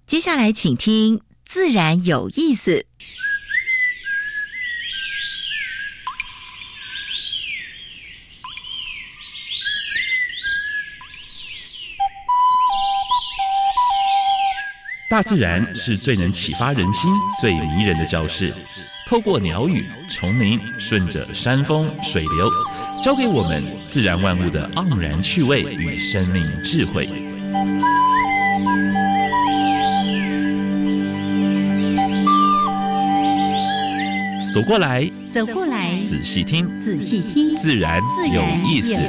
接下来请听自然有意思。 大自然是最能启发人心、最迷人的教室。透过鸟语、虫鸣，顺着山峰、水流，教给我们自然万物的盎然趣味与生命智慧。走过来， 走过来， 仔细听， 仔细听， 自然有意思。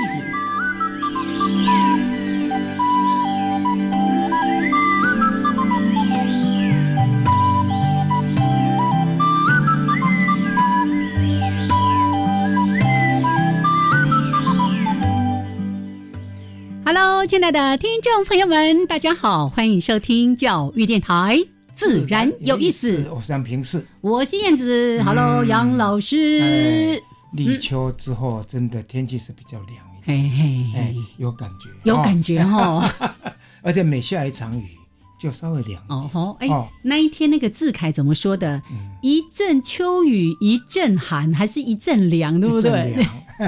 Hello， 亲爱的听众朋友们，大家好，欢迎收听教育电台自然有意思。 我是杨平世， 我是燕子。Hello， 杨老师。 立秋之后，真的天气是比较凉一点，嘿，有感觉， 有感觉哦。 而且每下一场雨，就稍微凉一点。 那一天那个志凯怎么说的？一阵秋雨一阵寒，还是一阵凉，对不对？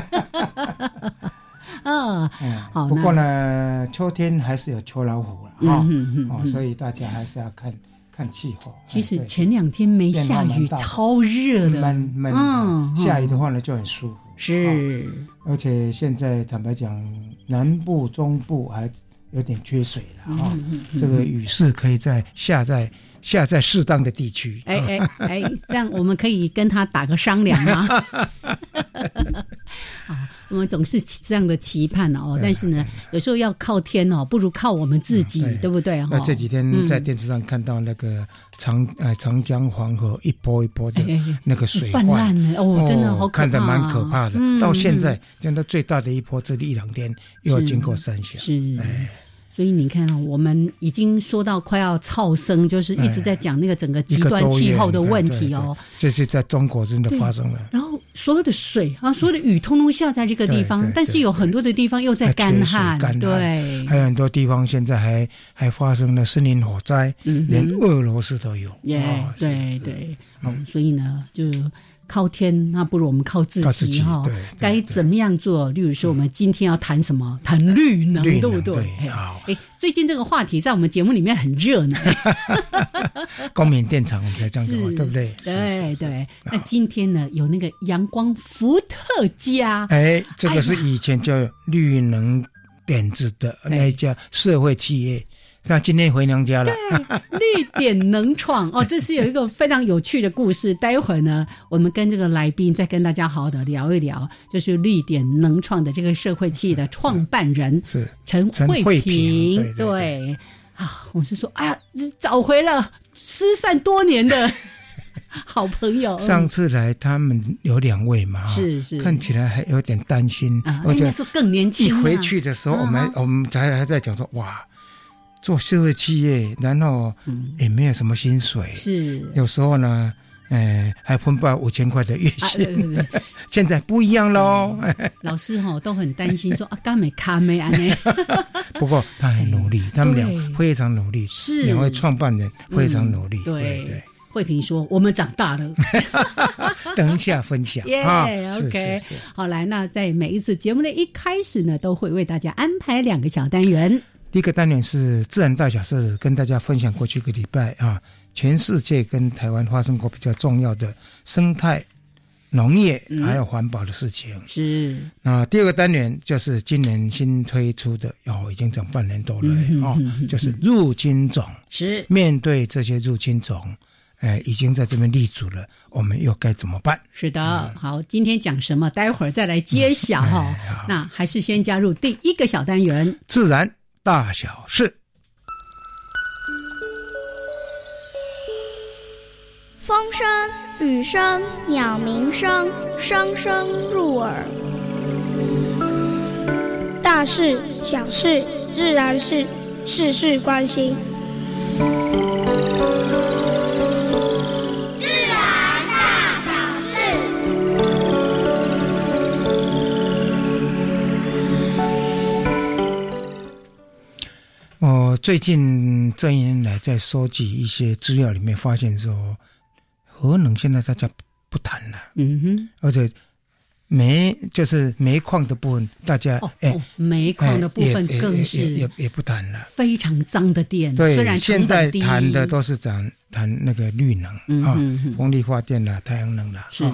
好。不过呢，秋天还是有秋老虎了所以大家还是要看气候。 其实前2天没下雨，超热的， 闷。下雨的话呢，就很舒服。 是， 而且现在坦白讲，南部、中部还有点缺水了这个雨势可以下在适当的地区。 这样我们可以跟他打个商量吗？我们总是这样的期盼但是呢，有时候要靠天不如靠我们自己，对不对？ 这几天在电视上看到那个长江黄河一波一波的那个水泛滥了真的好可怕， 看得蛮可怕的。到现在真的最大的一波，这1-2天又要经过三峡。 是。所以你看我们已经说到快要超生，就是一直在讲那个整个极端气候的问题这是在中国真的发生了。 然后所有的水所有的雨通通下在这个地方，但是有很多的地方又在干旱，对， 还有很多地方现在还发生了森林火灾，连俄罗斯都有。 对，所以呢，就靠天，那不如我们靠自己该怎么样做？例如说，我们今天要谈什么？谈绿能，对不对？最近这个话题在我们节目里面很热呢。 光明电厂我们在这样子，对不对？ 对。那今天呢，有那个阳光伏特加， 这个是以前叫绿能点子的那一家社会企业。那今天回娘家了。 对，绿点能创这是有一个非常有趣的故事。待会儿呢，我们跟这个来宾再跟大家好好的聊一聊，就是绿点能创的这个社会企业的创办人是陈慧萍。对我是说找回了失散多年的好朋友。 上次来他们有2位嘛， 是看起来还有点担心而且那时候更年轻。 一回去的时候，我们还在讲说，哇，做社会企业，然后也没有什么薪水， 是有时候呢，还分不到5000块的月薪。对现在不一样咯。 老师都很担心说干没卡没安呢。 不过他很努力，他们俩非常努力， 是 2位创办人非常努力。 对。慧萍说：“我们长大了。” 等一下分享。 OK， 好，来，那在每一次节目的一开始呢，都会为大家安排2个小单元。 第一个单元是自然大小事，跟大家分享过去1个礼拜全世界跟台湾发生过比较重要的生态、农业还有环保的事情。 是。 那第2个单元就是今年新推出的已经整半年多了就是入侵种。 是。面对这些入侵种已经在这边立足了，我们又该怎么办？ 是的，好，今天讲什么待会儿再来揭晓那还是先加入第1个小单元自然大小事。 风声、雨声、鸟鸣声，声声入耳。大事、小事、自然事，事事关心。自然大小事。 最近这一年来在收集一些资料里面发现说，核能现在大家不谈了，而且就是煤矿的部分，大家煤矿的部分更是也不谈了， 非常脏的电。 对， 虽然现在谈的都是谈那个绿能风力发电啦、太阳能啦。 是。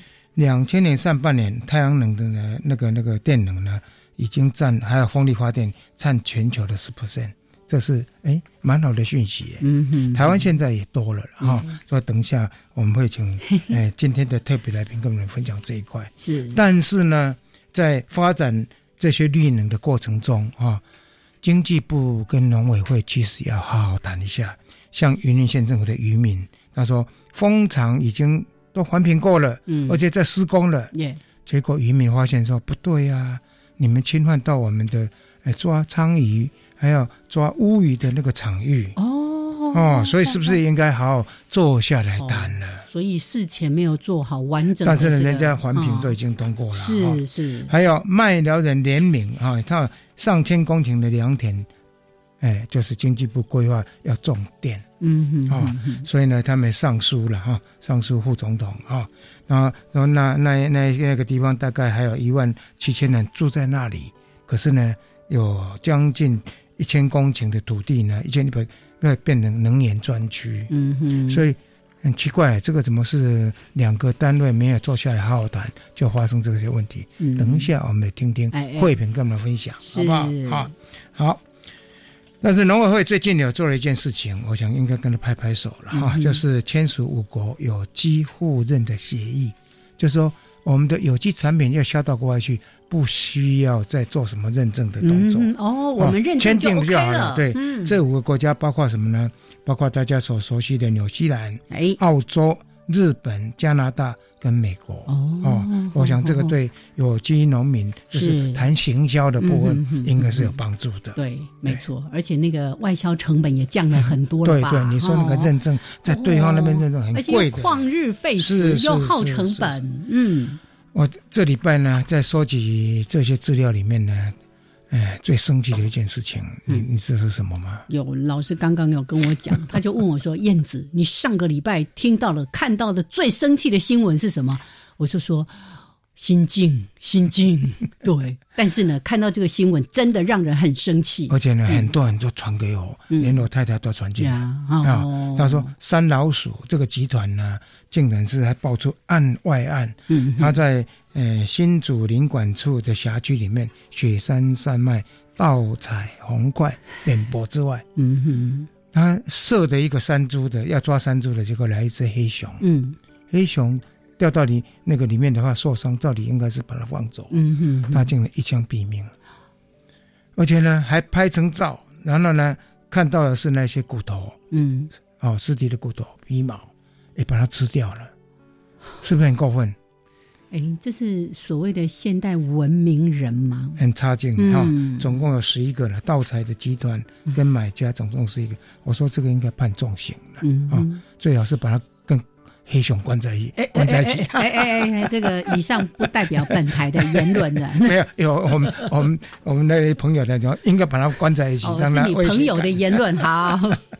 2000年上半年，太阳能的呢那个电能呢，已经还有风力发电占全球的10%。这是蛮好的讯息。台湾现在也多了所以等一下我们会请今天的特别来宾跟我们分享这一块。 是， 但是呢，在发展这些绿能的过程中经济部跟农委会其实要好好谈一下。像云林县政府的渔民，他说风场已经都环评过了，而且在施工了，结果渔民发现说不对啊，你们侵犯到我们的抓鲳鱼还有抓乌鱼的那个场域所以是不是应该好好坐下来谈了？ 所以事前没有做好完整的但是人家环评都已经通过了。 是。 还有麦寮人联名他上千公顷的良田，就是经济部规划要种电，所以呢他们上书了上书副总统然后那个地方大概还有17000人住在那里，可是呢有将近1000公顷的土地呢，1100变成能源专区。所以很奇怪，这个怎么是2个单位没有坐下来好好谈，就发生这些问题？等一下我们听听慧萍跟我们分享，好不好？好。但是农委会最近有做了一件事情，我想应该跟他拍拍手了就是签署5国有机互认的协议，就是说我们的有机产品要销到国外去，不需要再做什么认证的动作。 我们认证就 OK 了。签订就好了。 对，这5个国家包括什么呢？包括大家所熟悉的纽西兰、澳洲、日本、加拿大跟美国。我想这个对有机农民就是谈行销的部分应该是有帮助的。 对，没错，而且那个外销成本也降了很多了吧？ 对，你说那个认证在对方那边认证很贵的， 而且旷日费时又耗成本。 我这礼拜呢在收集这些资料里面呢，最生气的一件事情，你知道是什么吗？ 有老师刚刚有跟我讲，他就问我说：“燕子，你上个礼拜听到了、看到的最生气的新闻是什么？”我就说：“心境。”对，但是呢，看到这个新闻真的让人很生气， 而且呢，很多人就传给我，连我太太都传进来。他说山老鼠这个集团呢，竟然是还爆出外案。他在新竹林管处的辖区里面，雪山山脉盗采红块扁柏之外，他射的一个山猪的，要抓山猪的，结果来一只黑熊。黑熊掉到那个里面的话受伤，照理应该是把它放走。他竟然一枪毙命，而且呢还拍成照，然后呢看到的是那些骨头，尸体的骨头、皮毛，也把它吃掉了，是不是很过分？ 这是所谓的现代文明人吗？ 很差劲总共有11个了，盗采的集团跟买家总共11个。我说这个应该判重刑了，最好是把它跟黑熊关在一起。 这个以上不代表本台的言论的。 没有，我们那朋友在讲，应该把它关在一起。 是你朋友的言论。好。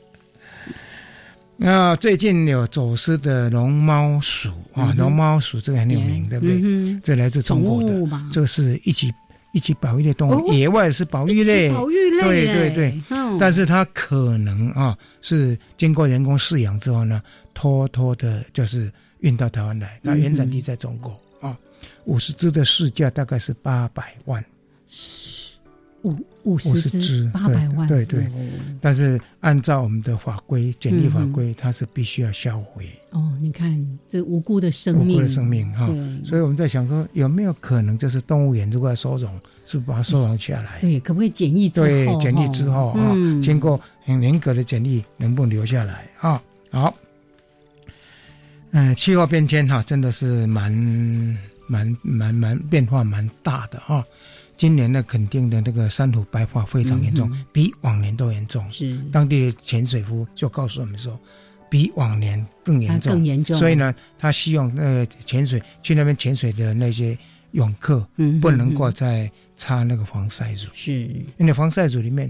那最近有走失的龙猫鼠龙猫鼠这个很有名，对不对？这来自中国的，这个是一级保育类动物，野外是保育类，对。但是它可能是经过人工饲养之后呢，偷偷的就是运到台湾来，那原产地在中国50只的市价大概是800万。50只800万，对。但是按照我们的法规，检疫法规，它是必须要销毁。 你看这无辜的生命， 所以我们在想说，有没有可能就是动物园如果要收容，是不是把它收容下来？ 对，可不可以检疫之后？ 对，检疫之后经过很严格的检疫，能不能留下来好。气候变迁真的是蛮变化蛮大的今年的垦丁的那个珊瑚白化非常严重，比往年都严重。是当地的潜水夫就告诉我们说，比往年更严重。所以呢，他希望去那边潜水的那些泳客不能够再擦那个防晒乳，因为防晒乳里面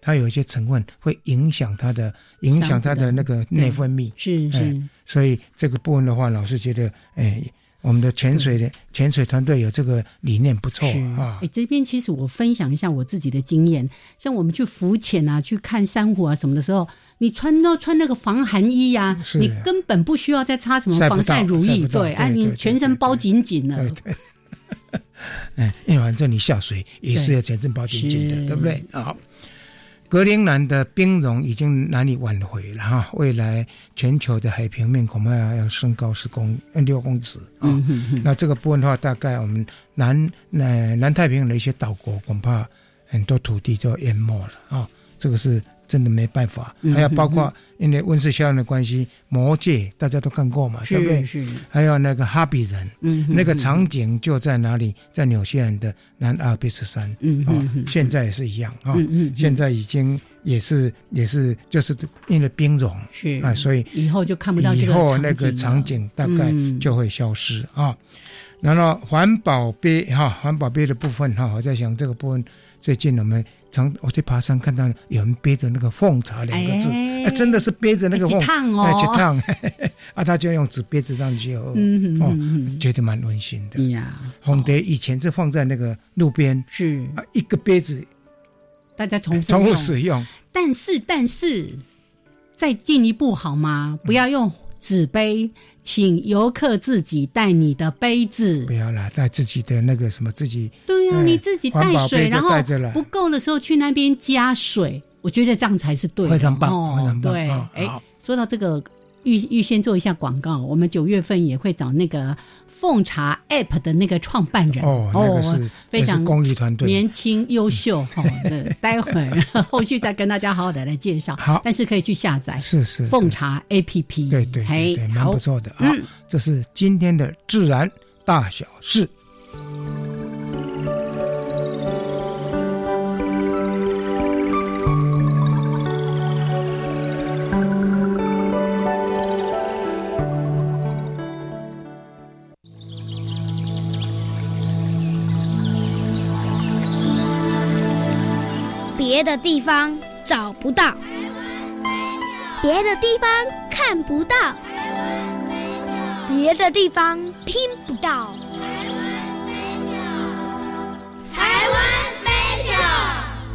它有一些成分会影响它的那个内分泌， 是， 所以这个部分的话，老师觉得，我们的潜水团队有这个理念不错啊。 这边其实我分享一下我自己的经验，像我们去浮潜啊，去看珊瑚啊什么的时候，你穿那个防寒衣啊，你根本不需要再擦什么防晒乳液，对，你全身包紧紧的。 因为反正你下水也是要全身包紧紧的，对不对？好。格陵兰的冰融已经难以挽回了哈，未来全球的海平面恐怕要升高6公尺啊。那这个部分的话，大概我们南太平洋的一些岛国恐怕很多土地就淹没了啊，这个是真的没办法。还有包括因为温室效应的关系，魔戒大家都看过嘛，对不对？是。还有那个哈比人，那个场景就在哪里？在纽西兰的南阿尔卑斯山，现在也是一样啊。现在已经也是就是因为冰融是啊，所以以后就看不到这个场景了，以后那个场景大概就会消失啊。然后环保杯的部分哈，我在想这个部分最近我去爬山看到有人背着那个奉茶2个字，真的是背着那个奉茶去烫他就用纸背着上去觉得蛮温馨的呀。红蝶以前是放在那个路边，是一个杯子大家重复使用， 但是再进一步好吗？不要用纸杯，请游客自己带你的杯子。 不要啦，带自己的那个什么自己。 对啊，你自己带水，然后不够的时候去那边加水，我觉得这样才是对的。 非常棒，非常棒。 对，说到这个，预先做一下广告，我们9月份也会找那个奉茶 App 的那个创办人那个是非常公益团队， 年轻优秀待会儿后续再跟大家好好的来介绍。好，但是可以去下载是奉茶 APP， 对，蛮不错的啊。这是今天的自然大小事。 别的地方找不到，别的地方看不到，别的地方听不到。台湾 Special。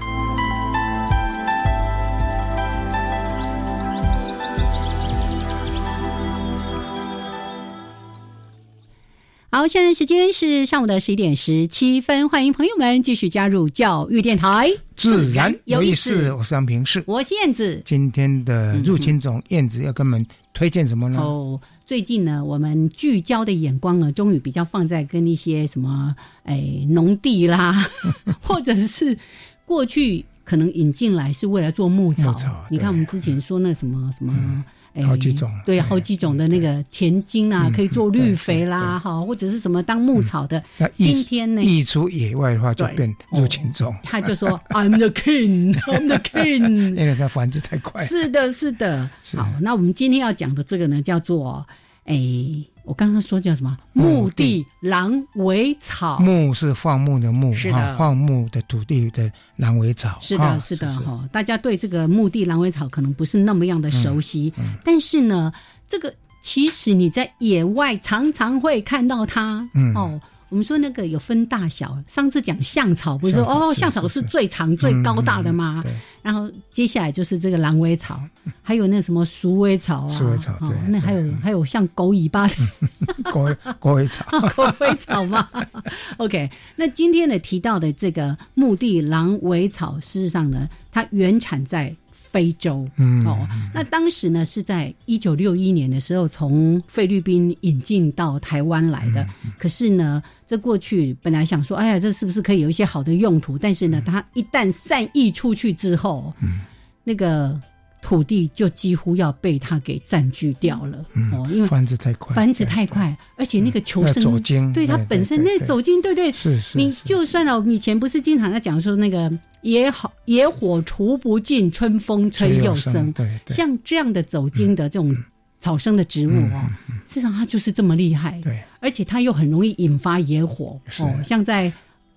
好，现在时间是上午的11点17分，欢迎朋友们继续加入教育电台， 自然有意思。我是杨平世， 我是燕子。 今天的入侵种燕子要跟我们推荐什么呢？ 最近呢，我们聚焦的眼光呢，终于比较放在跟一些什么农地啦，或者是过去可能引进来是为了做牧草。你看我们之前说那什么好几种， 对，好几种的那个田径啊，可以做绿肥啦，或者是什么当牧草的。今天呢， 溢出野外的话就变入侵种。 他就说 I'm the king， I'm the king， 因为它繁殖太快。 是的。好，那我们今天要讲的这个呢，叫做我刚刚说叫什么？牧地狼尾草。牧是放牧的牧， 是的， 放牧的土地的狼尾草。 是的，大家对这个牧地狼尾草可能不是那么样的熟悉，但是呢，这个其实你在野外常常会看到它。我们说那个有分大小，上次讲象草不是说象草是最长最高大的吗？然后接下来就是这个狼尾草，还有那什么鼠尾草啊， 鼠尾草对， 那还有像狗尾巴的狗尾草， 狗尾草嘛。OK， 那今天呢提到的这个牧地狼尾草，事实上呢，它原产在非洲。那当时呢是在1961年的时候从菲律宾引进到台湾来的。可是呢，这过去本来想说，哎呀，这是不是可以有一些好的用途？但是呢，它一旦散溢出去之后，那个土地就几乎要被它给占据掉了。因为繁殖太快，而且那个求生走茎， 对它本身那走茎，对， 是你就算以前不是经常在讲说那个野火除不尽，春风吹又生。对，像这样的走茎的这种草生的植物事实上它就是这么厉害。对，而且它又很容易引发野火。像在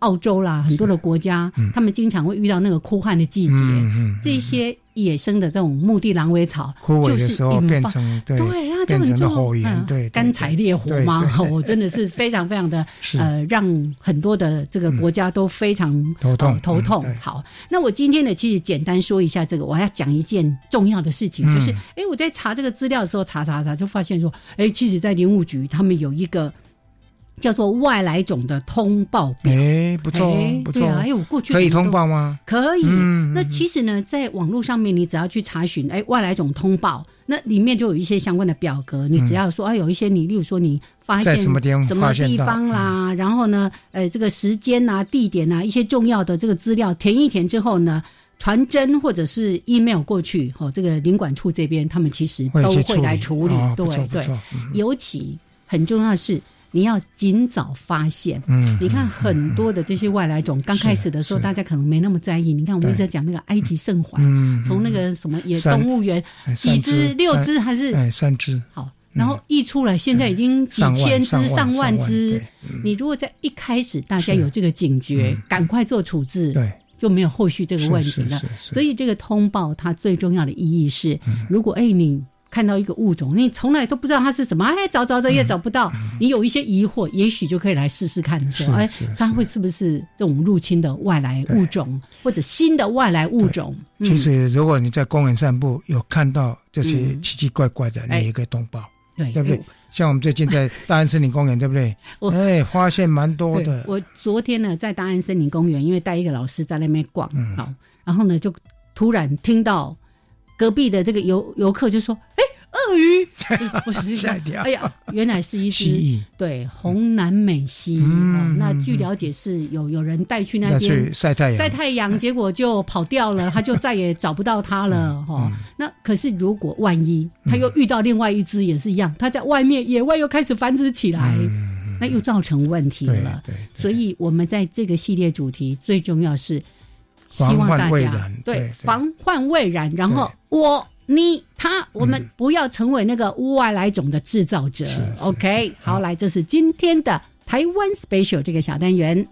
澳洲啦，很多的国家，他们经常会遇到那个枯旱的季节，这些野生的这种牧地狼尾草， 枯萎的时候变成对啊，就变成了火源，对， 干柴烈火嘛，我真的是非常非常的让很多的这个国家都非常头痛。好，那我今天呢，其实简单说一下这个，我要讲一件重要的事情，就是我在查这个资料的时候，查就发现说，其实在林务局他们有一个叫做外来种的通报表， 不错，不错。 对啊，我过去可以通报吗？ 可以。那其实呢，在网络上面，你只要去查询，外来种通报，那里面就有一些相关的表格，你只要说，有一些你，例如说你发现什么地方啦，然后呢，这个时间啊、地点啊，一些重要的这个资料填一填之后呢，传真或者是 email 过去，这个林管处这边他们其实都会来处理。对，尤其很重要的是，你要尽早发现。你看很多的这些外来种，刚开始的时候大家可能没那么在意。你看我们一直在讲那个埃及圣环，从那个什么野动物园几只，6只还是 3只？ 好，然后一出来，现在已经几千只、上万只。你如果在一开始大家有这个警觉，赶快做处置，对，就没有后续这个问题了。所以这个通报它最重要的意义是，如果你看到一个物种，你从来都不知道它是什么，找也找不到，你有一些疑惑，也许就可以来试试看，说它会是不是这种入侵的外来物种，或者新的外来物种。 其实如果你在公园散步有看到这些奇奇怪怪的，你也可以通报，对不对？像我们最近在大安森林公园，对不对？发现蛮多的。 我昨天呢在大安森林公园，因为带一个老师在那边逛，然后呢就突然听到隔壁的这个游客就说：“鳄鱼！”我吓一跳。哎呀，原来是一只对红南美溪。那据了解是有人带去那边晒太阳，结果就跑掉了，他就再也找不到它了。那可是如果万一他又遇到另外一只也是一样，他在野外又开始繁殖起来，那又造成问题了。所以我们在这个系列主题最重要是希望大家防患未然，然后我们不要成为那个外来种的制造者。OK， 好，来，这是今天的台湾 Special 这个小单元。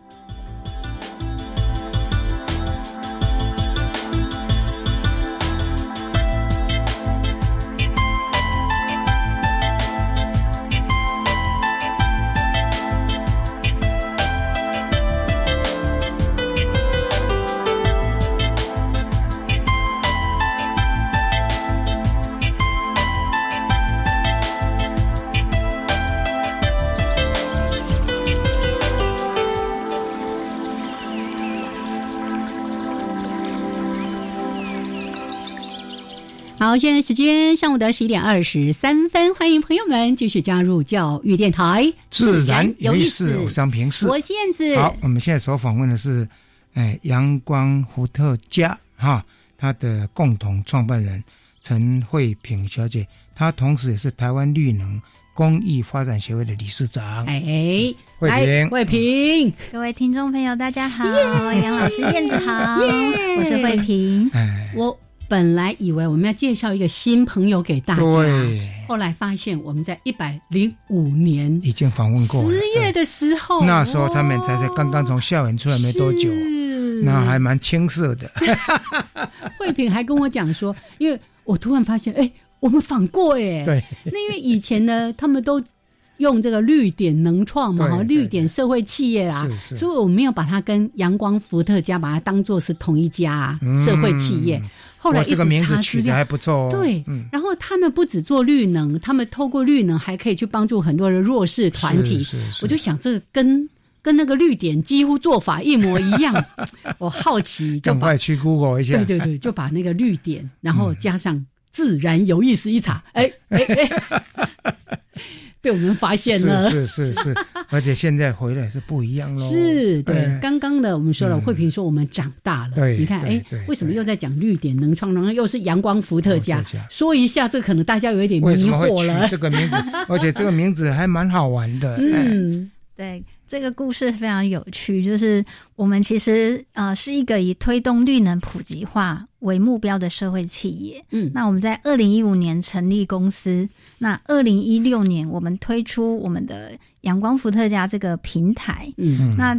好，现在时间上午的11点23分，欢迎朋友们继续加入教育电台， 自然有意思，我想平视， 我是燕子。 好，我们现在所访问的是，阳光伏特加他的共同创办人陈慧萍小姐，她同时也是台湾绿能公益发展协会的理事长。 慧萍， 各位听众朋友，大家好，杨老师、燕子好，我是慧萍。 我本来以为我们要介绍一个新朋友给大家，后来发现我们在105年已经访问过了 10月的时候， 那时候他们才刚刚从校园出来没多久，那还蛮青涩的。 慧萍还跟我讲说，因为我突然发现，我们访过对， 那因为以前呢，他们都用这个绿点能创嘛，绿点社会企业啦，所以我没有把它跟阳光伏特加把它当作是同一家社会企业。后来一直查资料，这个名字取得还不错对，然后他们不只做绿能，他们透过绿能还可以去帮助很多的弱势团体。我就想，这跟那个绿点几乎做法一模一样。我好奇，就赶快去 Google 一下。 对，就把那个绿点，然后加上自然有意思一查，被我们发现了。 是，而且现在回来是不一样咯。 是，对，刚刚的我们说了，慧萍说我们长大了。 对， 你看，为什么又在讲绿点能创，然后又是阳光伏特加？说一下，这可能大家有一点迷惑了。为什么会取这个名字？而且这个名字还蛮好玩的。 对，这个故事非常有趣，就是我们其实是一个以推动绿能普及化为目标的社会企业。那我们在2015年成立公司，那2016年我们推出我们的阳光伏特加这个平台。那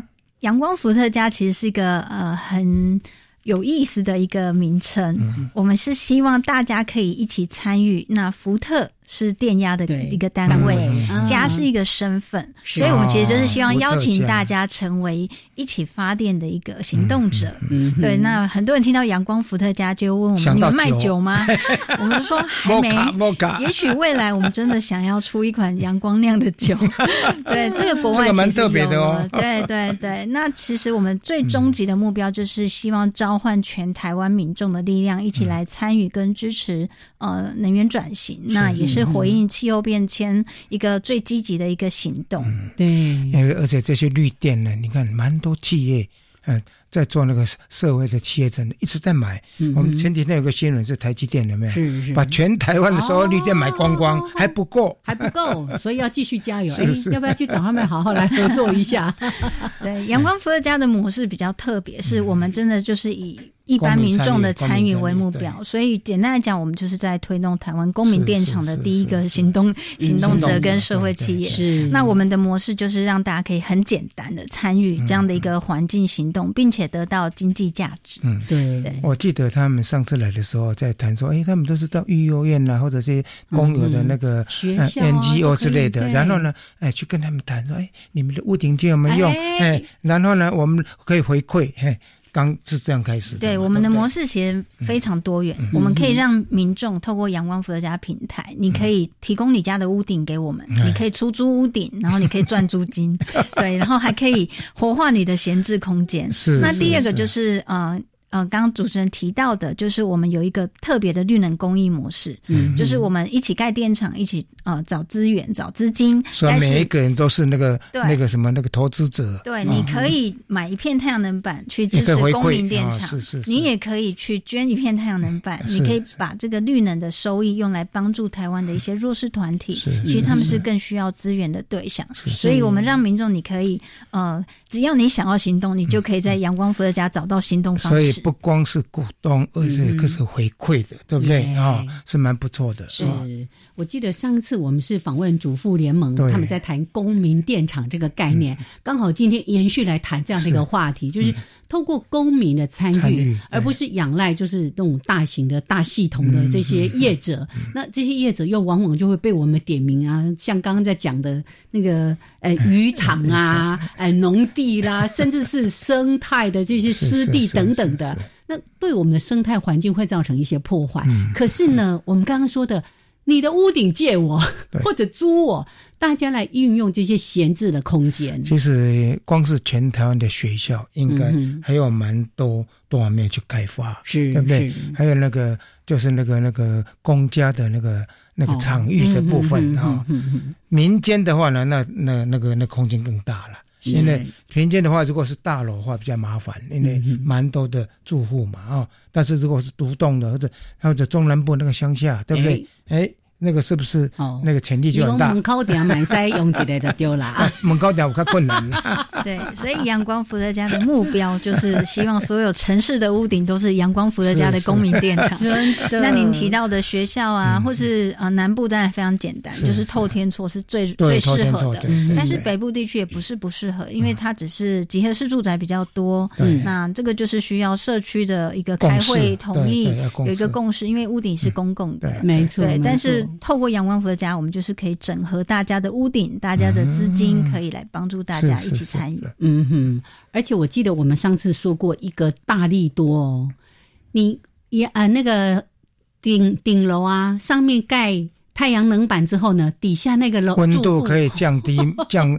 阳光伏特加其实是一个很有意思的一个名称，我们是希望大家可以一起参与。那福特是电压的一个单位，加是一个身份，所以我们其实就是希望邀请大家成为一起发电的一个行动者。对，那很多人听到阳光伏特加就问我们：你们卖酒吗？我们就说还没，也许未来我们真的想要出一款阳光酿的酒。对，这个国外其实有了，这个蛮特别的哦。对对对，那其实我们最终极的目标就是希望召唤全台湾民众的力量，一起来参与跟支持能源转型。那也是回应气候变迁一个最积极的一个行动。 对， 而且这些绿电呢，你看蛮多企业在做那个社会的企业，真的一直在买。我们前几天有个新闻是台积电，有没有？是把全台湾的所有绿电买光光，还不够， 所以要继续加油。要不要去找他们好好来合作一下？ 对，阳光伏特加的模式比较特别，是我们真的就是以一般民众的参与为目标，所以简单来讲，我们就是在推动台湾公民电厂的第一个行动者跟社会企业。是，那我们的模式就是让大家可以很简单的参与这样的一个环境行动，并且得到经济价值。 对。我记得他们上次来的时候在谈说，他们都是到育幼院或者是公有的那个学校 NGO 之类的，然后呢，去跟他们谈说，你们的屋顶借我们用，然后呢，我们可以回馈，刚是这样开始的。 对，我们的模式其实非常多元，我们可以让民众透过阳光伏特加平台，你可以提供你家的屋顶给我们，你可以出租屋顶，然后你可以赚租金，对，然后还可以活化你的闲置空间。那第二个就是刚刚主持人提到的，就是我们有一个特别的绿能公益模式，就是我们一起盖电厂，一起找资源、找资金， 所以每一个人都是那个投资者。 对，你可以买一片太阳能板去支持公民电厂，你也可以去捐一片太阳能板，你可以把这个绿能的收益用来帮助台湾的一些弱势团体，其实他们是更需要资源的对象，所以我们让民众你可以只要你想要行动，你就可以在阳光伏特加找到行动方式。 不光是股东，而且更是回馈的，对不对？是蛮不错的。 是，我记得上一次我们是访问主妇联盟，他们在谈公民电厂这个概念，刚好今天延续来谈这样的一个话题，就是透过公民的参与，而不是仰赖就是那种大型的大系统的这些业者。那这些业者又往往就会被我们点名啊，像刚刚在讲的那个渔场啊、农地啦，甚至是生态的这些湿地等等的。那对我们的生态环境会造成一些破坏。可是呢，我们刚刚说的，你的屋顶借我或者租我，大家来运用这些闲置的空间。 其实光是全台湾的学校，应该还有蛮多都还没有去开发，对不对？还有那个就是那个公家的那个场域的部分民间的话呢，那个空间更大了。因为民间的话，如果是大楼的话比较麻烦，因为蛮多的住户嘛但是如果是独栋的或者中南部那个乡下，对不对？那个是不是那个潜力就很大？ 门口店买塞用一个就丢了门口店有较困难对，所以阳光伏特加的目标就是希望所有城市的屋顶都是阳光伏特加的公民电厂。真的。那您提到的学校啊，或是南部当然非常简单，就是透天厝是最适合的。但是北部地区也不是不适合，因为它只是集合式住宅比较多。那这个就是需要社区的一个开会同意，有一个共识，因为屋顶是公共的。 没错。 对，但是透过阳光伏特加，我们就是可以整合大家的屋顶，大家的资金，可以来帮助大家一起参与。 而且我记得我们上次说过一个大利多你也那个顶楼啊，上面盖太阳能板之后呢，底下那个楼温度可以降低降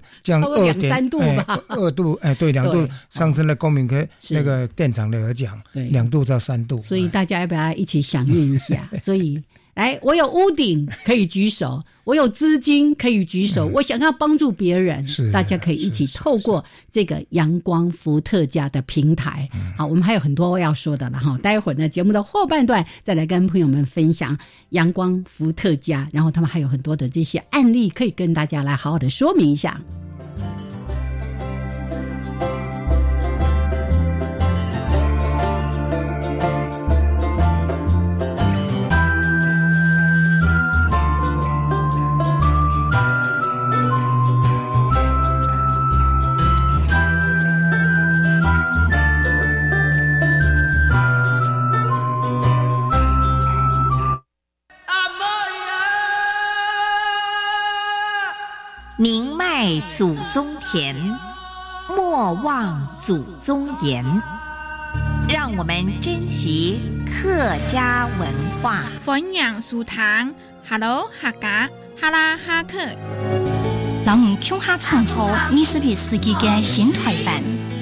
2-3度吧 ，2度对2度。上次的公民那个电厂的有讲2度到3度， 所以大家要不要一起响应一下？所以我有屋顶可以举手，我有资金可以举手，我想要帮助别人，大家可以一起透过这个阳光伏特加的平台。好，我们还有很多要说的了哈，待会儿呢节目的后半段再来跟朋友们分享阳光伏特加，然后他们还有很多的这些案例可以跟大家来好好的说明一下。 宁迈祖宗田，莫忘祖宗言。让我们珍惜客家文化。 分享书堂，Hello 客家，哈拉哈克。 让我们共下创造21世纪的新台湾。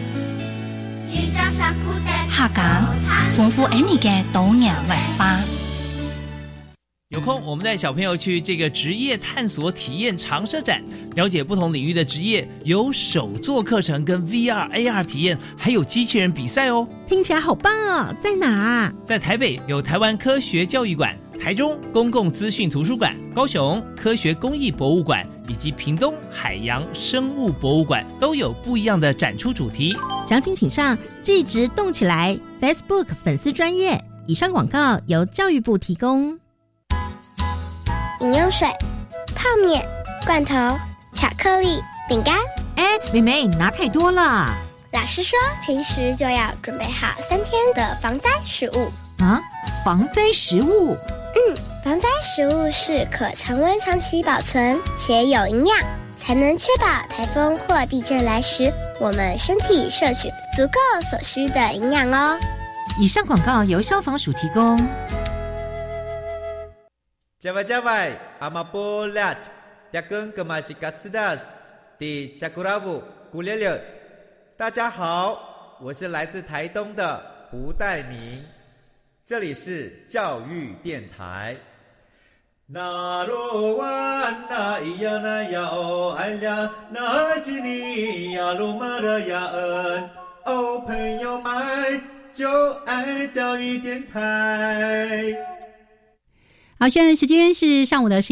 客家丰富你的多元文化。 有空我们带小朋友去这个职业探索体验常设展，了解不同领域的职业，有手作课程跟 VR、AR 体验，还有机器人比赛哦。 听起来好棒哦！在哪啊？ 在台北有台湾科学教育馆，台中公共资讯图书馆，高雄科学工艺博物馆，以及屏东海洋生物博物馆，都有不一样的展出主题。 详情请上技职动起来 Facebook 粉丝专页。以上广告由教育部提供。 饮用水、泡面、罐头、巧克力、饼干。 妹妹，你拿太多了。 老师说，平时就要准备好3天的防灾食物。 啊，防灾食物？ 防灾食物是可常温长期保存且有营养，才能确保台风或地震来时，我们身体摄取足够所需的营养哦。 以上广告由消防署提供。 Jawai, amapolat, dakeng kemashikatsidas, di Jakuravu, Gulele。大家好，我是来自台东的胡代明，这里是教育电台。那罗哇那咿呀那呀哦哎呀，那是你呀鲁玛的呀恩哦，朋友们就爱教育电台。 好，现在时间是上午的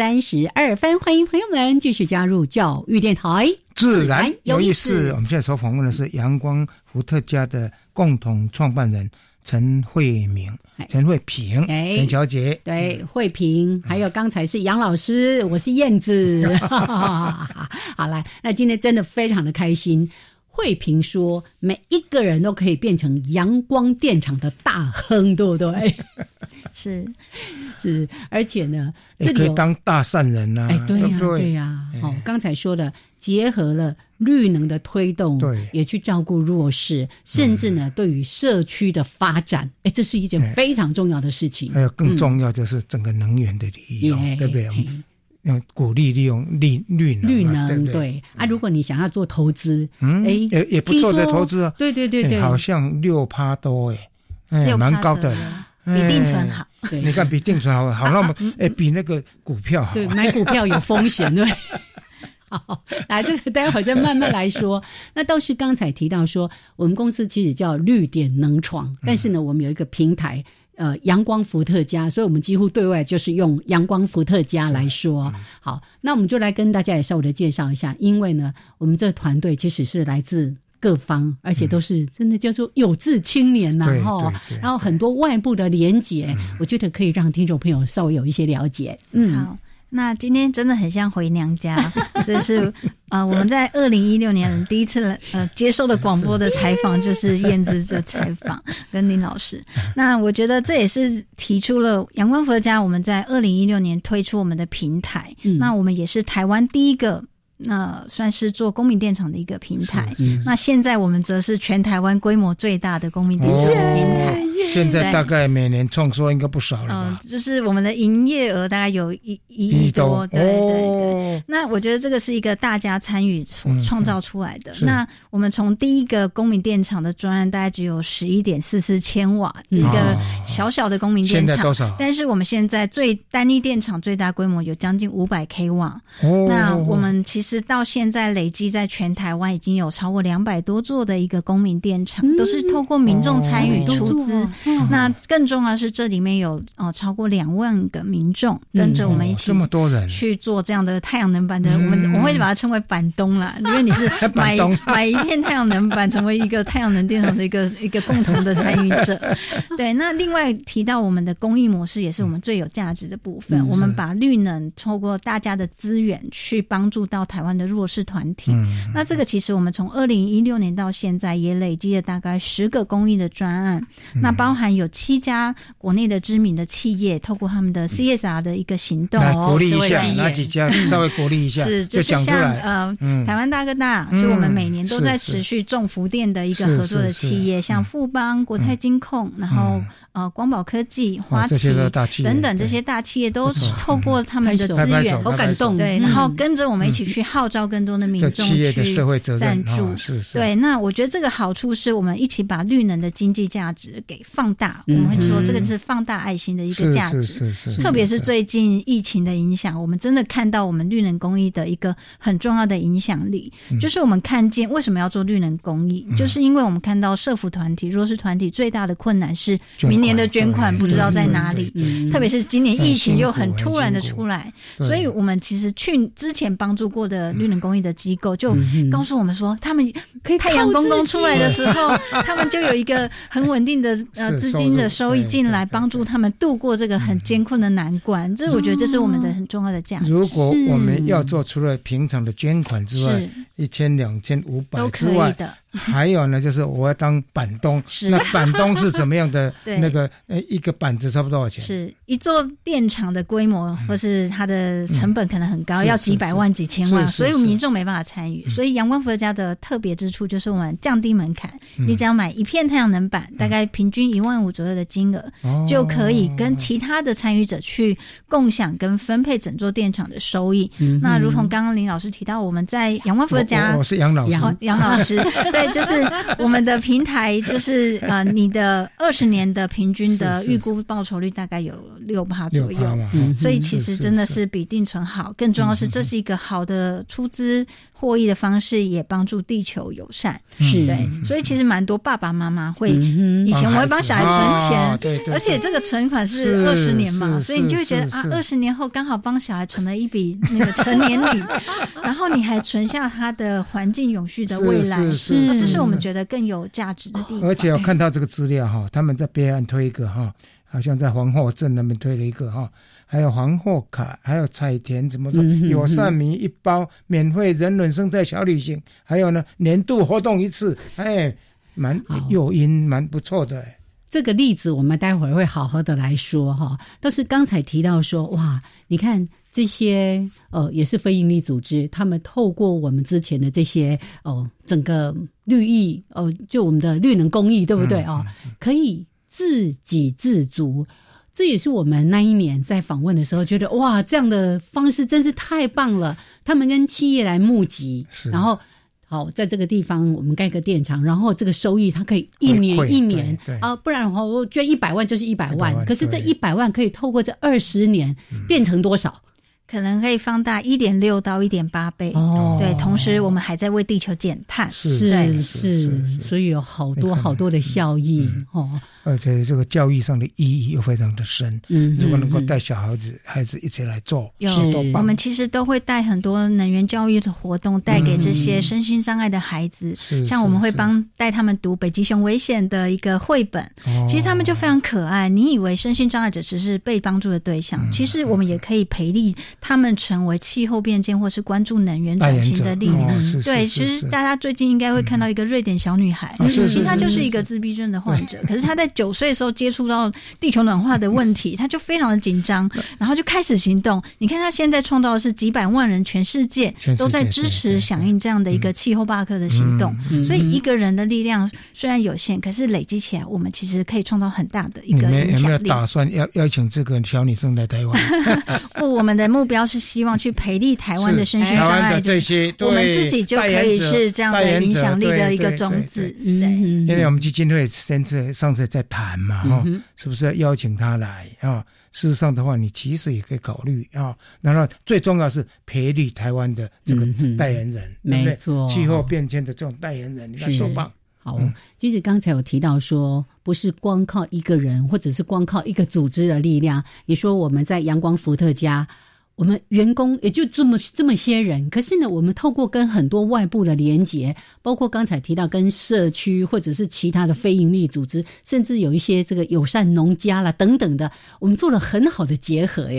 11:32，欢迎朋友们继续加入教育电台， 自然有意思。我们现在所访问的是阳光伏特家的共同创办人陈慧萍陈小姐。 对，慧萍，还有刚才是杨老师，我是燕子。好来，那今天真的非常的开心。慧萍说每一个人都可以变成阳光电厂的大亨，对不对？ 是， 而且呢也可以当大善人啊。 对呀，对呀。刚才说的结合了绿能的推动，对，也去照顾弱势，甚至呢对于社区的发展，这是一件非常重要的事情。 还有更重要就是整个能源的利用，对不对？要鼓励利用绿能， 对啊。如果你想要做投资， 也不错的投资啊。 对， 好像6%多，蛮高的， 比定存好。 你看比定存好，那么比那个股票好。 对，买股票有风险，对。好，来这个待会儿再慢慢来说。那倒是刚才提到说，我们公司其实叫绿点能创，但是呢，我们有一个平台。阳光伏特家，所以我们几乎对外就是用阳光伏特家来说。好，那我们就来跟大家也稍微的介绍一下，因为呢，我们这团队其实是来自各方，而且都是真的叫做有志青年呐，然后很多外部的连结，我觉得可以让听众朋友稍微有一些了解。 好。那今天真的很像回娘家，这是我们在2016年第一次接受的广播的采访，就是燕子的采访跟林老师。那我觉得这也是提出了阳光伏特家，我们在2016年推出我们的平台，那我们也是台湾第一个算是做公民电厂的一个平台。那现在我们则是全台湾规模最大的公民电厂的平台。 现在大概每年创收应该不少了吧？ 就是我们的营业额大概有1亿多。对。那我觉得这个是一个大家参与所创造出来的。那我们从第一个公民电厂的专案大概只有11.44千瓦一个小小的公民电厂，现在多少？但是我们现在单一电厂最大规模有将近500 k 瓦。那我们其实到现在累积在全台湾已经有超过200多座的一个公民电厂，都是透过民众参与出资。那更重要的是这里面有超过2万个民众跟着我们一起这么多人去做这样的太阳能板的，我们会把它称为板东啦，因为你是买一片太阳能板成为一个太阳能电厂的一个共同的参与者。对，那另外提到我们的公益模式也是我们最有价值的部分，我们把绿能透过大家的资源去帮助到台湾的弱势团体。那这个其实我们从2016年到现在也累积了大概10个公益的专案，那包含有7家国内的知名的企业透过他们的 CSR 的一个行动， 来鼓励一下，哪几家稍微鼓励一下， 是就是像台湾大哥大是我们每年都在持续种福电的一个合作的企业，像富邦、国泰金控，然后光宝科技、花旗等等这些大企业都透过他们的资源， 好感动， 对，然后跟着我们一起去号召更多的民众去赞助，对。那我觉得这个好处是我们一起把绿能的经济价值给放大，我们会说这个是放大爱心的一个价值，特别是最近疫情的影响，我们真的看到我们绿能公益的一个很重要的影响力，就是我们看见为什么要做绿能公益，就是因为我们看到社福团体、弱势团体最大的困难是明年的捐款不知道在哪里，特别是今年疫情又很突然的出来，所以我们其实之前帮助过的绿能公益的机构就告诉我们说，他们太阳公公出来的时候，他们就有一个很稳定的资金的收益进来，帮助他们度过这个很艰困的难关。这我觉得这是我们的很重要的价值。 如果我们要做除了平常的捐款之外，1000、2000、500之外的。还有呢，就是我要当板东，那板东是什么样的？那个一个板子差不多多少钱？是一座电厂的规模，或是它的成本可能很高，要几百万、几千万，所以民众没办法参与。所以阳光伏特家的特别之处就是我们降低门槛，你只要买一片太阳能板，大概平均15000左右的金额，就可以跟其他的参与者去共享跟分配整座电厂的收益。那如同刚刚林老师提到，我们在阳光伏特家， 我是杨老师， 杨老师，对。就是我们的平台，就是你的20年的平均的预估报酬率大概有6%左右，所以其实真的是比定存好。更重要是，这是一个好的出资获益的方式，也帮助地球友善。是对，所以其实蛮多爸爸妈妈会，以前我会帮小孩存钱，而且这个存款是20年嘛，所以你就会觉得20年后刚好帮小孩存了一笔那个成年礼，然后你还存下他的环境永续的未来。这是我们觉得更有价值的地方。 而且我看到这个资料哈，他们在北岸推一个哈，好像在皇后镇那边推了一个哈，还有皇后卡，还有彩田怎么说，友善米1包，免费人伦生态小旅行，还有呢年度活动1次，蛮诱因，蛮不错的。 这个例子我们待会儿会好好的来说哈，都是刚才提到说哇，你看这些也是非营利组织，他们透过我们之前的这些整个绿意就我们的绿能公益，对不对可以自给自足。这也是我们那一年在访问的时候觉得哇，这样的方式真是太棒了。他们跟企业来募集，然后好，在这个地方我们盖个电厂，然后这个收益它可以一年不然的话我捐100万就是100万，可是这100万可以透过这20年变成多少？ 可能可以放大1.6到1.8倍。对，同时我们还在为地球减碳。 是，所以有好多的效益而且这个教育上的意义又非常的深。如果能够带小孩子一起来做， 我们其实都会带很多能源教育的活动，带给这些身心障碍的孩子。像我们会带他们读北极熊危险的一个绘本，其实他们就非常可爱。你以为身心障碍者只是被帮助的对象，其实我们也可以培力他们成为气候变迁或是关注能源转型的力量。对，其实大家最近应该会看到一个瑞典小女孩，其实她就是一个自闭症的患者，可是她在9岁的时候接触到地球暖化的问题，她就非常的紧张，然后就开始行动。你看她现在创造的是几百万人，全世界都在支持响应这样的一个气候罢课的行动。所以一个人的力量虽然有限，可是累积起来，我们其实可以创造很大的一个影响力。 有没有打算邀请这个小女生来台湾？ 不，我们的目标是希望去培力台湾的身心障碍者，我们自己就可以是这样的影响力的一个种子。对， 因为我们基金会上次在谈嘛，是不是要邀请他来事实上的话，你其实也可以考虑然后最重要是培力台湾的这个代言人，对不对？没错，气候变迁的这种代言人，你看多棒。 好，其实刚才有提到说，不是光靠一个人或者是光靠一个组织的力量。你说我们在阳光伏特家，我们员工也就这么些人，可是呢，我们透过跟很多外部的连结，包括刚才提到跟社区或者是其他的非营利组织，甚至有一些这个友善农家啦等等的，我们做了很好的结合耶。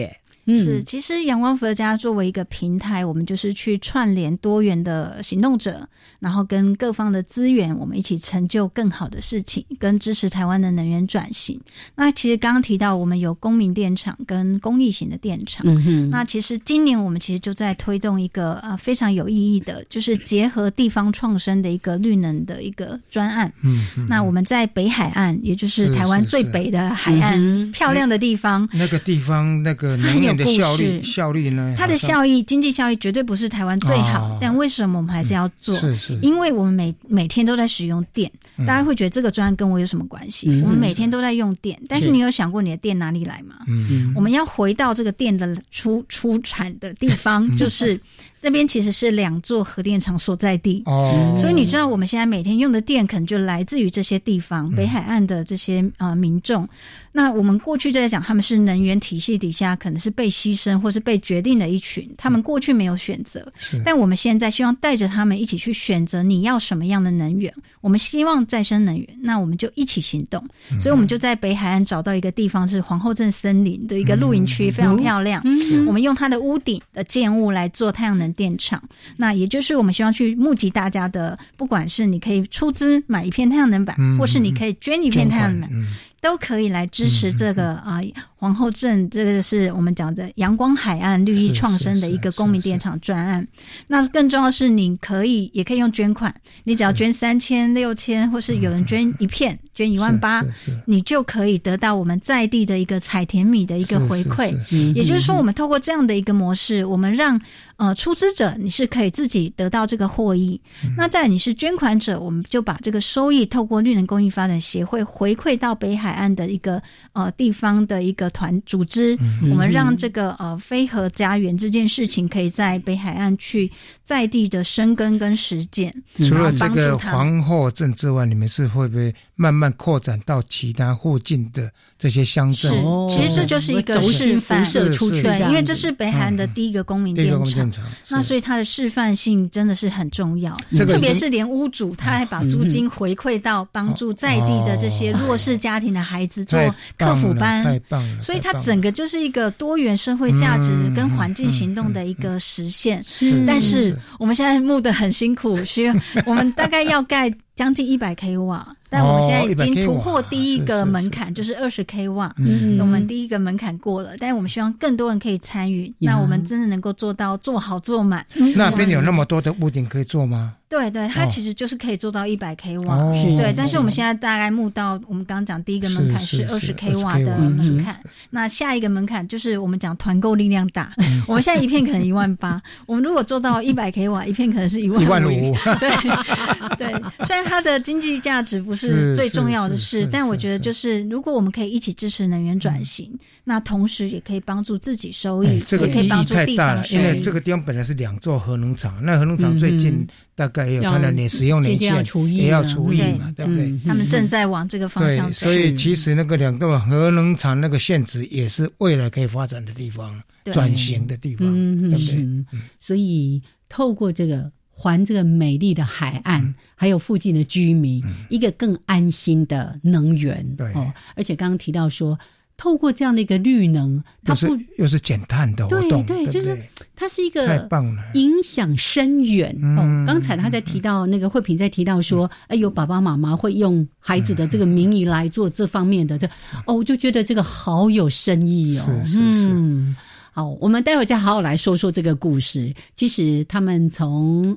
是，其实阳光伏特加作为一个平台，我们就是去串联多元的行动者，然后跟各方的资源，我们一起成就更好的事情，跟支持台湾的能源转型。那其实刚刚提到我们有公民电厂跟公益型的电厂，那其实今年我们其实就在推动一个非常有意义的，就是结合地方创生的一个绿能的一个专案。那我们在北海岸，也就是台湾最北的海岸，漂亮的地方， 那个地方那个能源的效率呢？它的经济效益绝对不是台湾最好，但为什么我们还是要做？因为我们每天都在使用电，大家会觉得这个专案跟我有什么关系？我们每天都在用电，但是你有想过你的电哪里来吗？我们要回到这个电的出产的地方，就是这边其实是2座核电厂所在地，所以你知道我们现在每天用的电可能就来自于这些地方，北海岸的这些民众。那我们过去就在讲他们是能源体系底下可能是被牺牲或是被决定的一群，他们过去没有选择，但我们现在希望带着他们一起去选择你要什么样的能源，我们希望再生能源，那我们就一起行动。所以我们就在北海岸找到一个地方是皇后镇森林的一个露营区，非常漂亮，我们用它的屋顶的建物来做太阳能电厂。那也就是我们希望去募集大家的，不管是你可以出资买一片太阳能板，或是你可以捐一片太阳能板，都可以来支持这个皇后镇，这个是我们讲的阳光海岸绿意创生的一个公民电厂专案。那更重要的是，你也可以用捐款，你只要捐3000、6000，或是有人捐一片，捐18000，你就可以得到我们在地的一个采甜米的一个回馈。也就是说，我们透过这样的一个模式，我们让出资者你是可以自己得到这个获益，那再来你是捐款者，我们就把这个收益透过绿能公益发展协会回馈到北海岸的一个地方的一个组织，我们让这个非核家园这件事情可以在北海岸去在地的生根跟实践。 除了这个皇后镇之外，你们是会不会慢慢扩展到其他附近的这些乡镇？ 其实这就是一个示范射出去，对，因为这是北海岸的第一个公民电厂，那所以它的示范性真的是很重要，特别是连屋主他还把租金回馈到帮助在地的这些弱势家庭的孩子做客服班， 太棒了， 所以它整个就是一个多元社会价值跟环境行动的一个实现。但是我们现在募得很辛苦，需要我们大概要盖将近100 kW， 但我们现在已经突破第一个门槛，就是20 kW， 我们第一个门槛过了，但是我们希望更多人可以参与，那我们真的能够做到做好做满。 那边有那么多的屋顶可以做吗？ 对对，它其实就是可以做到100 kW，对，但是我们现在大概募到我们刚刚讲第一个门槛是20 kW 的门槛，那下一个门槛就是我们讲团购力量大，我们现在一片可能18000，我们如果做到100 kW， 一片可能是15000，对对，虽然它的经济价值不是最重要的事，但我觉得就是如果我们可以一起支持能源转型，那同时也可以帮助自己收益， 这个也可以帮助地方收益。 因为这个地方本来是2座核能厂，那核能厂最近大概也有它的使用年限，也要除役嘛，对不对？ 他们正在往这个方向走。 所以其实那个2个核能厂那个限制也是未来可以发展的地方，转型的地方，对不对？ 所以透过这个还这个美丽的海岸，还有附近的居民一个更安心的能源。对，而且刚刚提到说，透过这样的一个绿能，它又是减碳的活动， 对，就是它是一个太棒了， 影响深远。刚才他在提到那个慧萍在提到说，有爸爸妈妈会用孩子的这个名义来做这方面的我就觉得这个好有深意哦。是。好，我们待会儿再好好来说说这个故事。其实他们从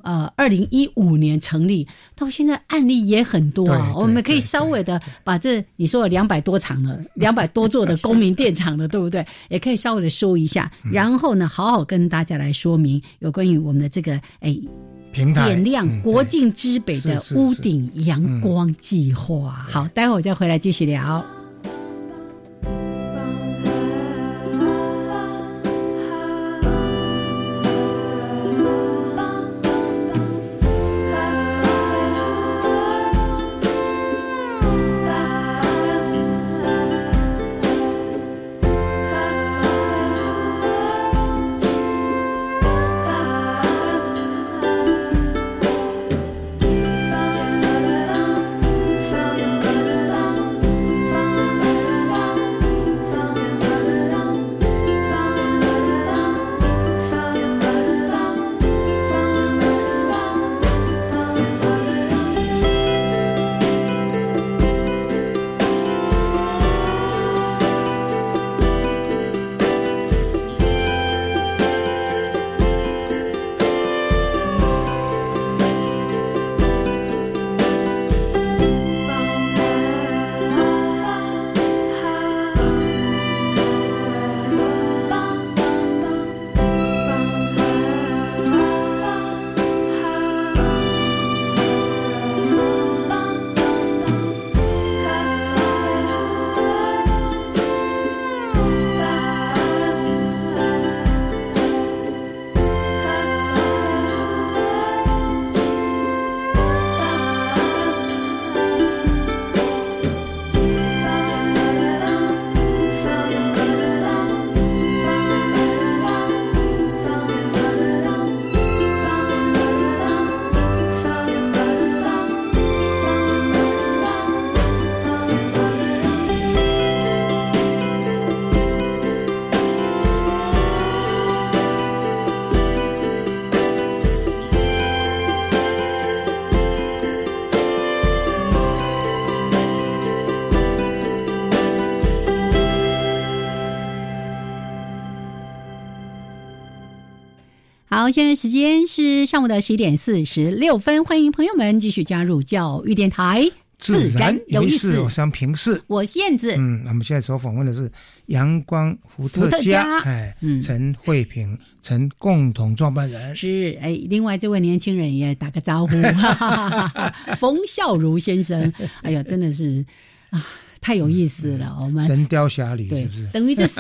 2015年成立到现在案例也很多啊，我们可以稍微的把你说有200多场了，200多座的公民电厂了，对不对？也可以稍微的说一下，然后呢，好好跟大家来说明有关于我们的这个平台点亮国境之北的屋顶阳光计划。好，待会儿再回来继续聊。 好，现在时间是上午的11:46，欢迎朋友们继续加入教育电台， 自然有意思，我是平视， 我是燕子。 我们现在所访问的是阳光伏特加，陈慧萍，陈共同创办人是。另外这位年轻人也打个招呼，冯孝如先生。哎呀，真的是啊，太有意思了。我们神雕侠侣是不是？ 等于这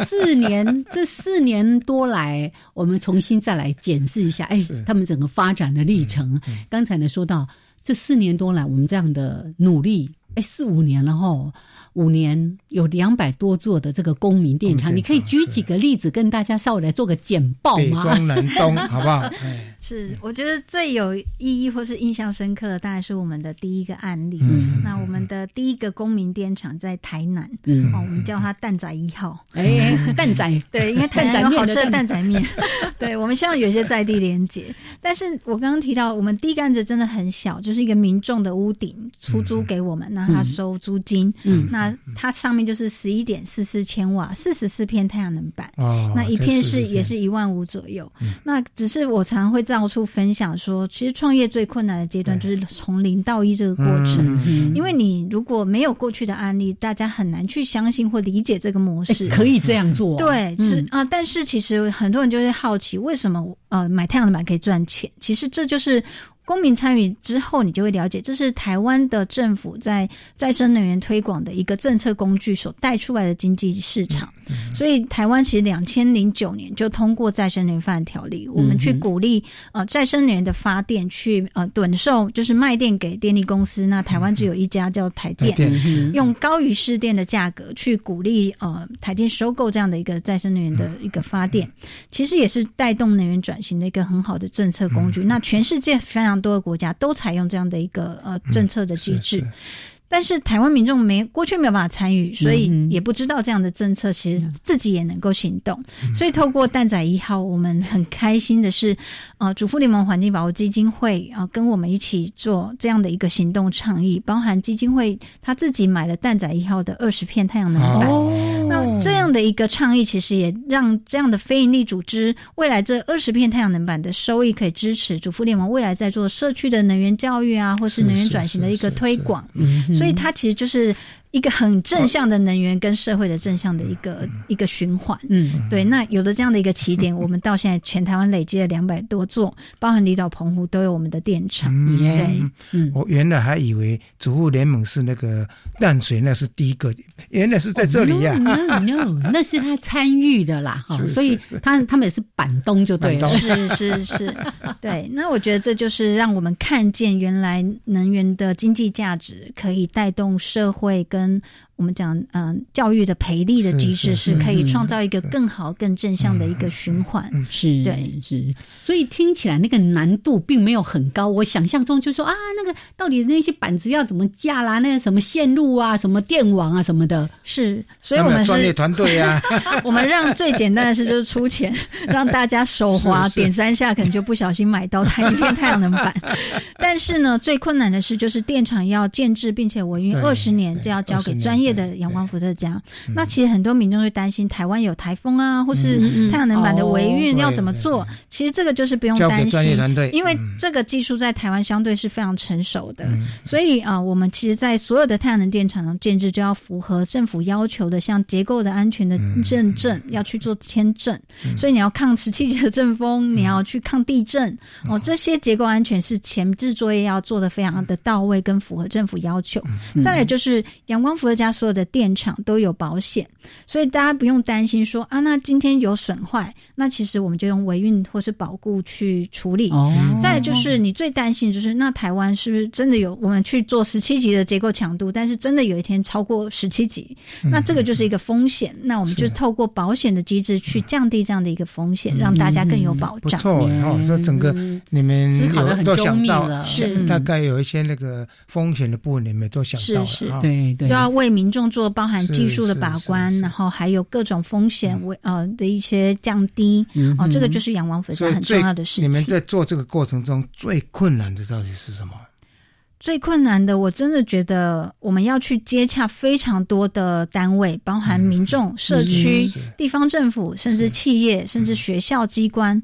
4年多来，我们重新再来检视一下，他们整个发展的历程。刚才呢说到这4年多来，我们这样的努力，4-5年了齁，5年有200多座的这个公民电厂，你可以举几个例子跟大家稍微来做个简报吗？ 北中南东，好不好？ 是，我觉得最有意义或是印象深刻的，当然是我们的第一个案例。那我们的第一个公民电厂在台南，我们叫它蛋仔1号。 蛋仔， 对，因为台南有好吃的蛋仔面。对，我们希望有一些在地连结。但是我刚刚提到，我们第一个案子真的很小，就是一个民众的屋顶出租给我们，那他收租金，那它上面就是 11.44 千瓦，44片太阳能板，那一片也是15000左右。那只是我常会到处分享说，其实创业最困难的阶段就是从0到1这个过程，因为你如果没有过去的案例，大家很难去相信或理解这个模式可以这样做。 对，是但是其实很多人就会好奇，为什么买太阳能板可以赚钱？其实这就是公民参与之后，你就会了解，这是台湾的政府在再生能源推广的一个政策工具所带出来的经济市场。所以台湾其实2009年就通过再生能源发展条例，我们去鼓励再生能源的发电去趸售，就是卖电给电力公司。那台湾只有一家叫台电，用高于市电的价格去鼓励台电收购这样的一个再生能源的一个发电，其实也是带动能源转型的一个很好的政策工具。那全世界非常多的国家都采用这样的一个政策的机制。但是台湾民众过去没有办法参与，所以也不知道这样的政策其实自己也能够行动。所以透过蛋仔1号，我们很开心的是主妇联盟环境保护基金会跟我们一起做这样的一个行动倡议，包含基金会他自己买了蛋仔1号的20片太阳能板。那这样的一个倡议其实也让这样的非营利组织未来这20片太阳能板的收益可以支持主妇联盟未来在做社区的能源教育或是能源转型的一个推广。所以它其实就是一个很正向的能源跟社会的正向的一个循环。对，那有了这样的一个起点，我们到现在全台湾累积了200多座，包含离岛澎湖都有我们的电厂。对， 我原来还以为主妇联盟是那个淡水，那是第一个，原来是在这里呀。 No， 那是他参与的啦，所以他们也是板东就对了。 是，对。那我觉得这就是让我们看见原来能源的经济价值可以带动社会跟我们讲教育的培力的机制，是可以创造一个更好更正向的一个循环。 是，所以听起来那个难度并没有很高。我想象中就说那个到底那些板子要怎么架啦，那个什么线路什么电网什么的。 是，所以我们是专业团队我们让最简单的事就是出钱让大家手滑点3下可能就不小心买到一片太阳能板。但是呢，最困难的是就是电厂要建制并且维运20年，就要交给专业的阳光伏特加。那其实很多民众会担心台湾有台风或是太阳能板的维运要怎么做。其实这个就是不用担心，因为这个技术在台湾相对是非常成熟的。所以我们其实在所有的太阳能电厂的建制就要符合政府要求的像结构的安全的认证，要去做签证。所以你要抗17级的阵风，你要去抗地震这些结构安全是前置作业要做得非常的到位跟符合政府要求。再来就是阳光伏特加所有的电厂都有保险，所以大家不用担心说那今天有损坏，那其实我们就用维运或是保固去处理。再来就是你最担心就是那台湾是不是真的有我们去做17级的结构强度，但是真的有一天超过17级，那这个就是一个风险。那我们就透过保险的机制去降低这样的一个风险，让大家更有保障。 不错说整个你们思考得很周密了， 大概有一些那个风险的部分你们都想到了。 是对， 都要为民众做包含技术的把关，然后还有各种风险的一些降低。这个就是阳光伏特加很重要的事情。 你们在做这个过程中最困难的到底是什么？ 最困难的，我真的觉得我们要去接洽非常多的单位，包含民众、社区、地方政府，甚至企业，甚至学校机关。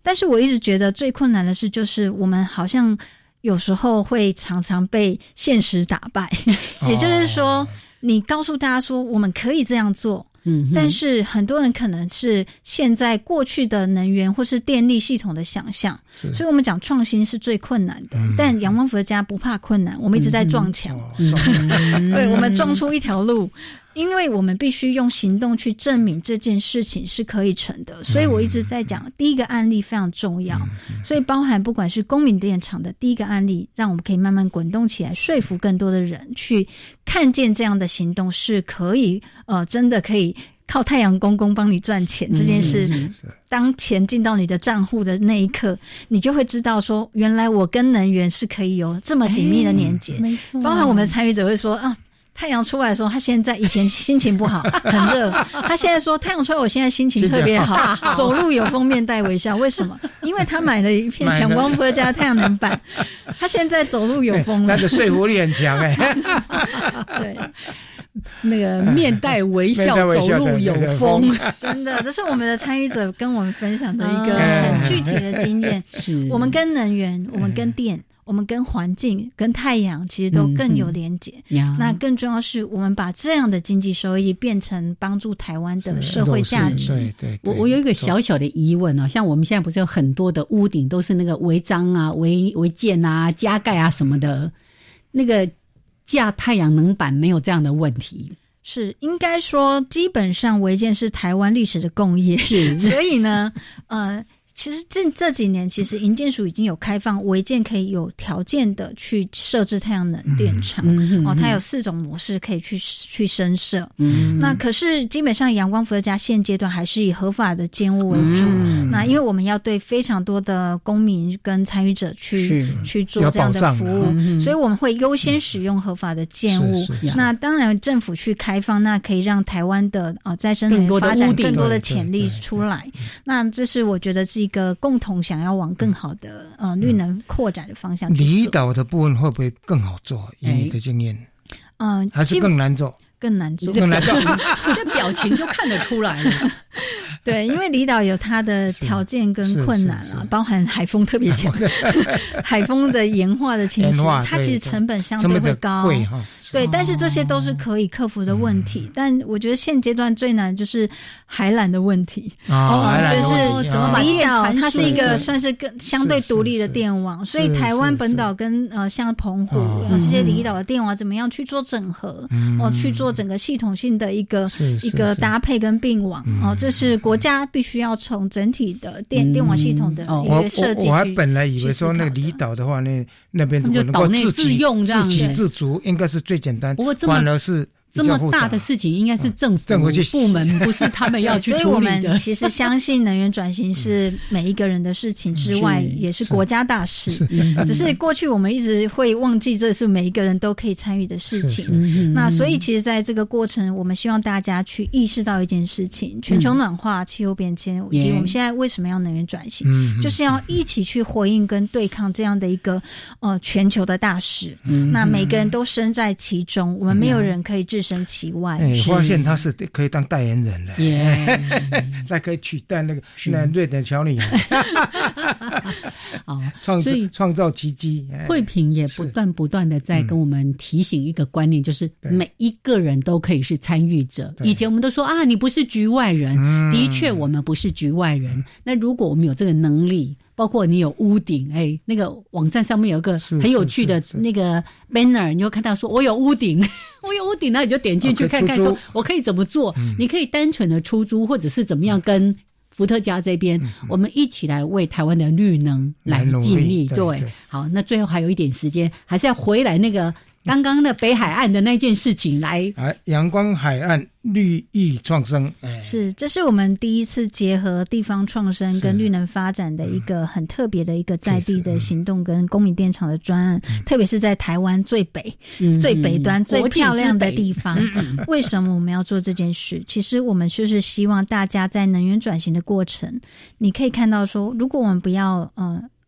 但是我一直觉得最困难的是，就是我们好像有时候会常常被现实打败，也就是说，你告诉大家说我们可以这样做。但是很多人可能是现在过去的能源或是电力系统的想象，所以我们讲创新是最困难的。但阳光伏特加不怕困难，我们一直在撞墙，对，我们撞出一条路。因为我们必须用行动去证明这件事情是可以成的，所以我一直在讲第一个案例非常重要，所以包含不管是公民电厂的第一个案例，让我们可以慢慢滚动起来，说服更多的人去看见这样的行动是可以真的可以靠太阳公公帮你赚钱这件事。当钱进到你的账户的那一刻，你就会知道说原来我跟能源是可以有这么紧密的连结。包含我们的参与者会说太阳出来的时候，他现在以前心情不好，很热。他现在说太阳出来，我现在心情特别好，走路有封面带微笑。为什么？因为他买了一片阳光伏特加太阳能板，他现在走路有风了。 他的说服力很强对， 那个面带微笑，走路有风， 真的，这是我们的参与者跟我们分享的一个很具体的经验。是我们跟能源，我们跟电。我们跟环境跟太阳其实都更有连结，那更重要是我们把这样的经济收益变成帮助台湾的社会价值。 对， 我有一个小小的疑问像我们现在不是有很多的屋顶都是那个违章啊、违建啊、加盖啊什么的，那个架太阳能板没有这样的问题。 是应该说基本上违建是台湾历史的共业，所以呢其实这几年，其实营建署已经有开放违建可以有条件的去设置太阳能电厂，它有4种模式可以去申设。那可是基本上阳光伏特加现阶段还是以合法的建物为主。那因为我们要对非常多的公民跟参与者去做这样的服务，所以我们会优先使用合法的建物。那当然政府去开放，那可以让台湾的再生能源发展更多的潜力出来。那这是我觉得是一个共同想要往更好的绿能扩展的方向去做。 离岛的部分会不会更好做？以你的经验，还是更难做？ 更难做， 更难做。你的表情就看得出来了。 对，因为离岛有它的条件跟困难啊，包含海风特别强，海风的盐化的侵蚀，它其实成本相对会高。对，但是这些都是可以克服的问题。但我觉得现阶段最难就是海缆的问题。就是怎么把离岛，它是一个算是更相对独立的电网，所以台湾本岛跟像澎湖这些离岛的电网怎么样去做整合，去做整个系统性的一个搭配跟并网这是国家必须要从整体的电网系统的一个设计。 我还本来以为说那个离岛的话，那边如果能够自给自足，应该是最简单。 不过反而是这么大的事情应该是政府部门，不是他们要去处理的。 所以我们其实相信能源转型是每一个人的事情之外，也是国家大事。只是过去我们一直会忘记，这是每一个人都可以参与的事情。那所以其实在这个过程，我们希望大家去意识到一件事情：全球暖化、气候变迁，以及我们现在为什么要能源转型，就是要一起去回应跟对抗这样的一个全球的大事。那每个人都身在其中，我们没有人可以置身其外。 发现他是可以当代言人了，他可以取代那瑞典小女孩，创造奇迹。 慧萍也不断的在跟我们提醒一个观念，就是每一个人都可以是参与者。以前我们都说你不是局外人，的确我们不是局外人。那如果我们有这个能力，包括你有屋顶，那个网站上面有一个很有趣的那个 banner， 你就看到说我有屋顶，我有屋顶，那你就点进去看看说我可以怎么做。你可以单纯的出租，或者是怎么样跟伏特加这边我们一起来为台湾的绿能来尽力。对，好，那最后还有一点时间，还是要回来那个刚刚的北海岸的那件事情来。 阳光海岸绿意创生， 是，这是我们第一次结合地方创生跟绿能发展的一个很特别的一个在地的行动跟公民电厂的专案，特别是在台湾最北端最漂亮的地方。为什么我们要做这件事？其实我们就是希望大家在能源转型的过程，你可以看到说，如果我们不要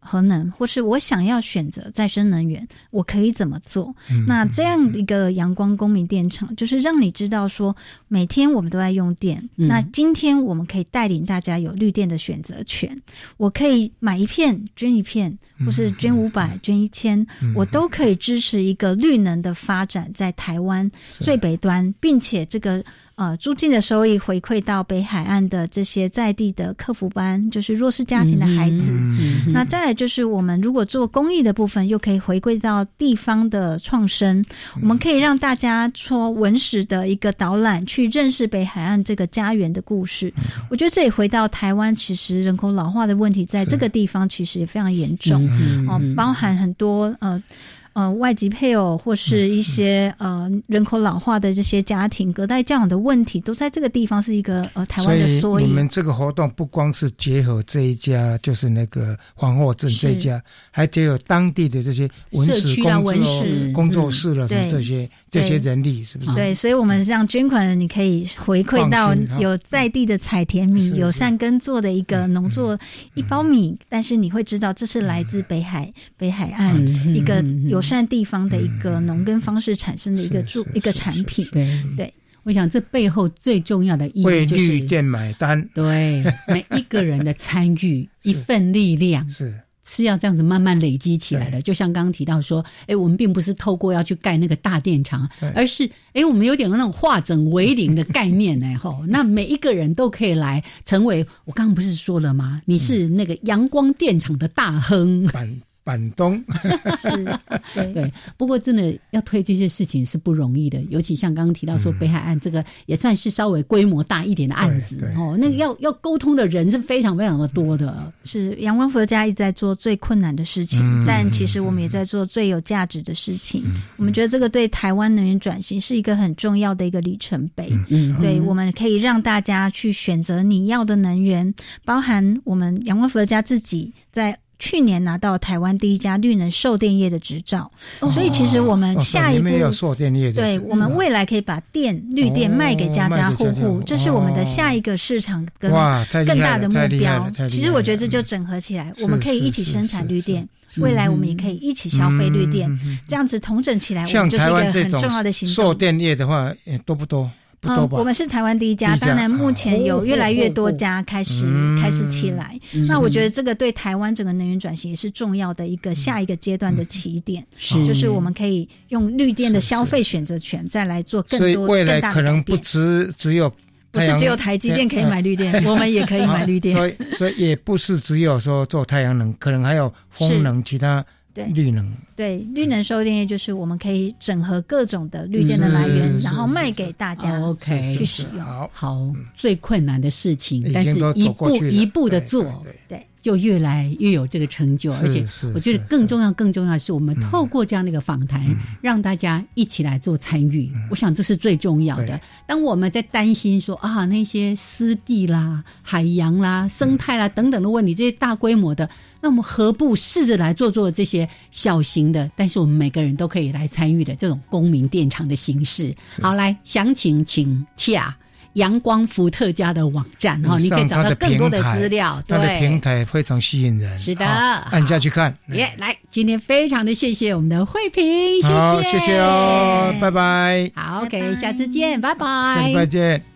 核能，或是我想要选择再生能源，我可以怎么做？那这样一个阳光公民电厂，就是让你知道说，每天我们都在用电，那今天我们可以带领大家有绿电的选择权。我可以买一片捐一片，或是捐500捐1000，我都可以支持一个绿能的发展在台湾最北端，并且这个租金的收益回馈到北海岸的这些在地的客服班，就是弱势家庭的孩子。那再来就是我们如果做公益的部分，又可以回归到地方的创生，我们可以让大家做文史的一个导览，去认识北海岸这个家园的故事。我觉得这也回到台湾，其实人口老化的问题在这个地方其实也非常严重，包含很多外籍配偶或是一些人口老化的这些家庭，隔代教养的问题都在这个地方是一个台湾的缩影。 所以你们这个活动不光是结合这一家，就是那个黄祸镇这一家，还结合当地的这些文史工作室了，什么这些人力，是不是？ 对，所以我们让捐款人，你可以回馈到有在地的采田米、友善耕作的一个农作1包米，但是你会知道这是来自北海岸一个友善地方的一个农耕方式产生的一个产品。对， 我想这背后最重要的意义就是为绿电买单。 对，每一个人的参与，一份力量是要这样子慢慢累积起来的。就像刚刚提到说，我们并不是透过要去盖那个大电厂，而是我们有点那种化整为零的概念那每一个人都可以来成为，我刚刚不是说了吗？你是那个阳光电厂的大亨。 板东对，不过真的要推这些事情是不容易的，尤其像刚刚提到说北海岸这个也算是稍微规模大一点的案子那个要沟通的人是非常非常的多的。 是阳光佛家一直在做最困难的事情，但其实我们也在做最有价值的事情。我们觉得这个对台湾能源转型是一个很重要的一个里程碑。对，我们可以让大家去选择你要的能源，包含我们阳光佛家自己在去年拿到台湾第一家绿能售电业的执照，所以其实我们下一步有售电业的， 对，我们未来可以把绿电卖给家家户户，这是我们的下一个市场跟更大的目标。其实我觉得这就整合起来，我们可以一起生产绿电，未来我们也可以一起消费绿电，这样子统整起来，我们就是一个很重要的行动。 售电业的话，多不多？ 我们是台湾第一家，当然目前有越来越多家开始起来。那我觉得这个对台湾整个能源转型也是重要的一个下一个阶段的起点，就是我们可以用绿电的消费选择权再来做更多所以未来可能不只有不是只有台积电可以买绿电，我们也可以买绿电。 所以也不是只有说做太阳能，可能还有风能，其他绿能。 对，绿能售电业就是我们可以整合各种的绿电的来源，然后卖给大家去使用。 好，最困难的事情，但是一步的做，对，就越来越有这个成就。而且我觉得更重要的是，我们透过这样的一个访谈，让大家一起来做参与。我想这是最重要的。当我们在担心说那些湿地啦、海洋啦、生态啦等等的问题，这些大规模的，那我们何不试着来做这些小型的，但是我们每个人都可以来参与的这种公民电厂的形式。好，来详情请洽阳光伏特家的网站你可以找到更多的资料。 它的平台非常吸引人， 是的， 按下去看。 来，今天非常的谢谢我们的慧萍，谢谢拜拜。 好，OK，下次见，拜拜， 下次再见。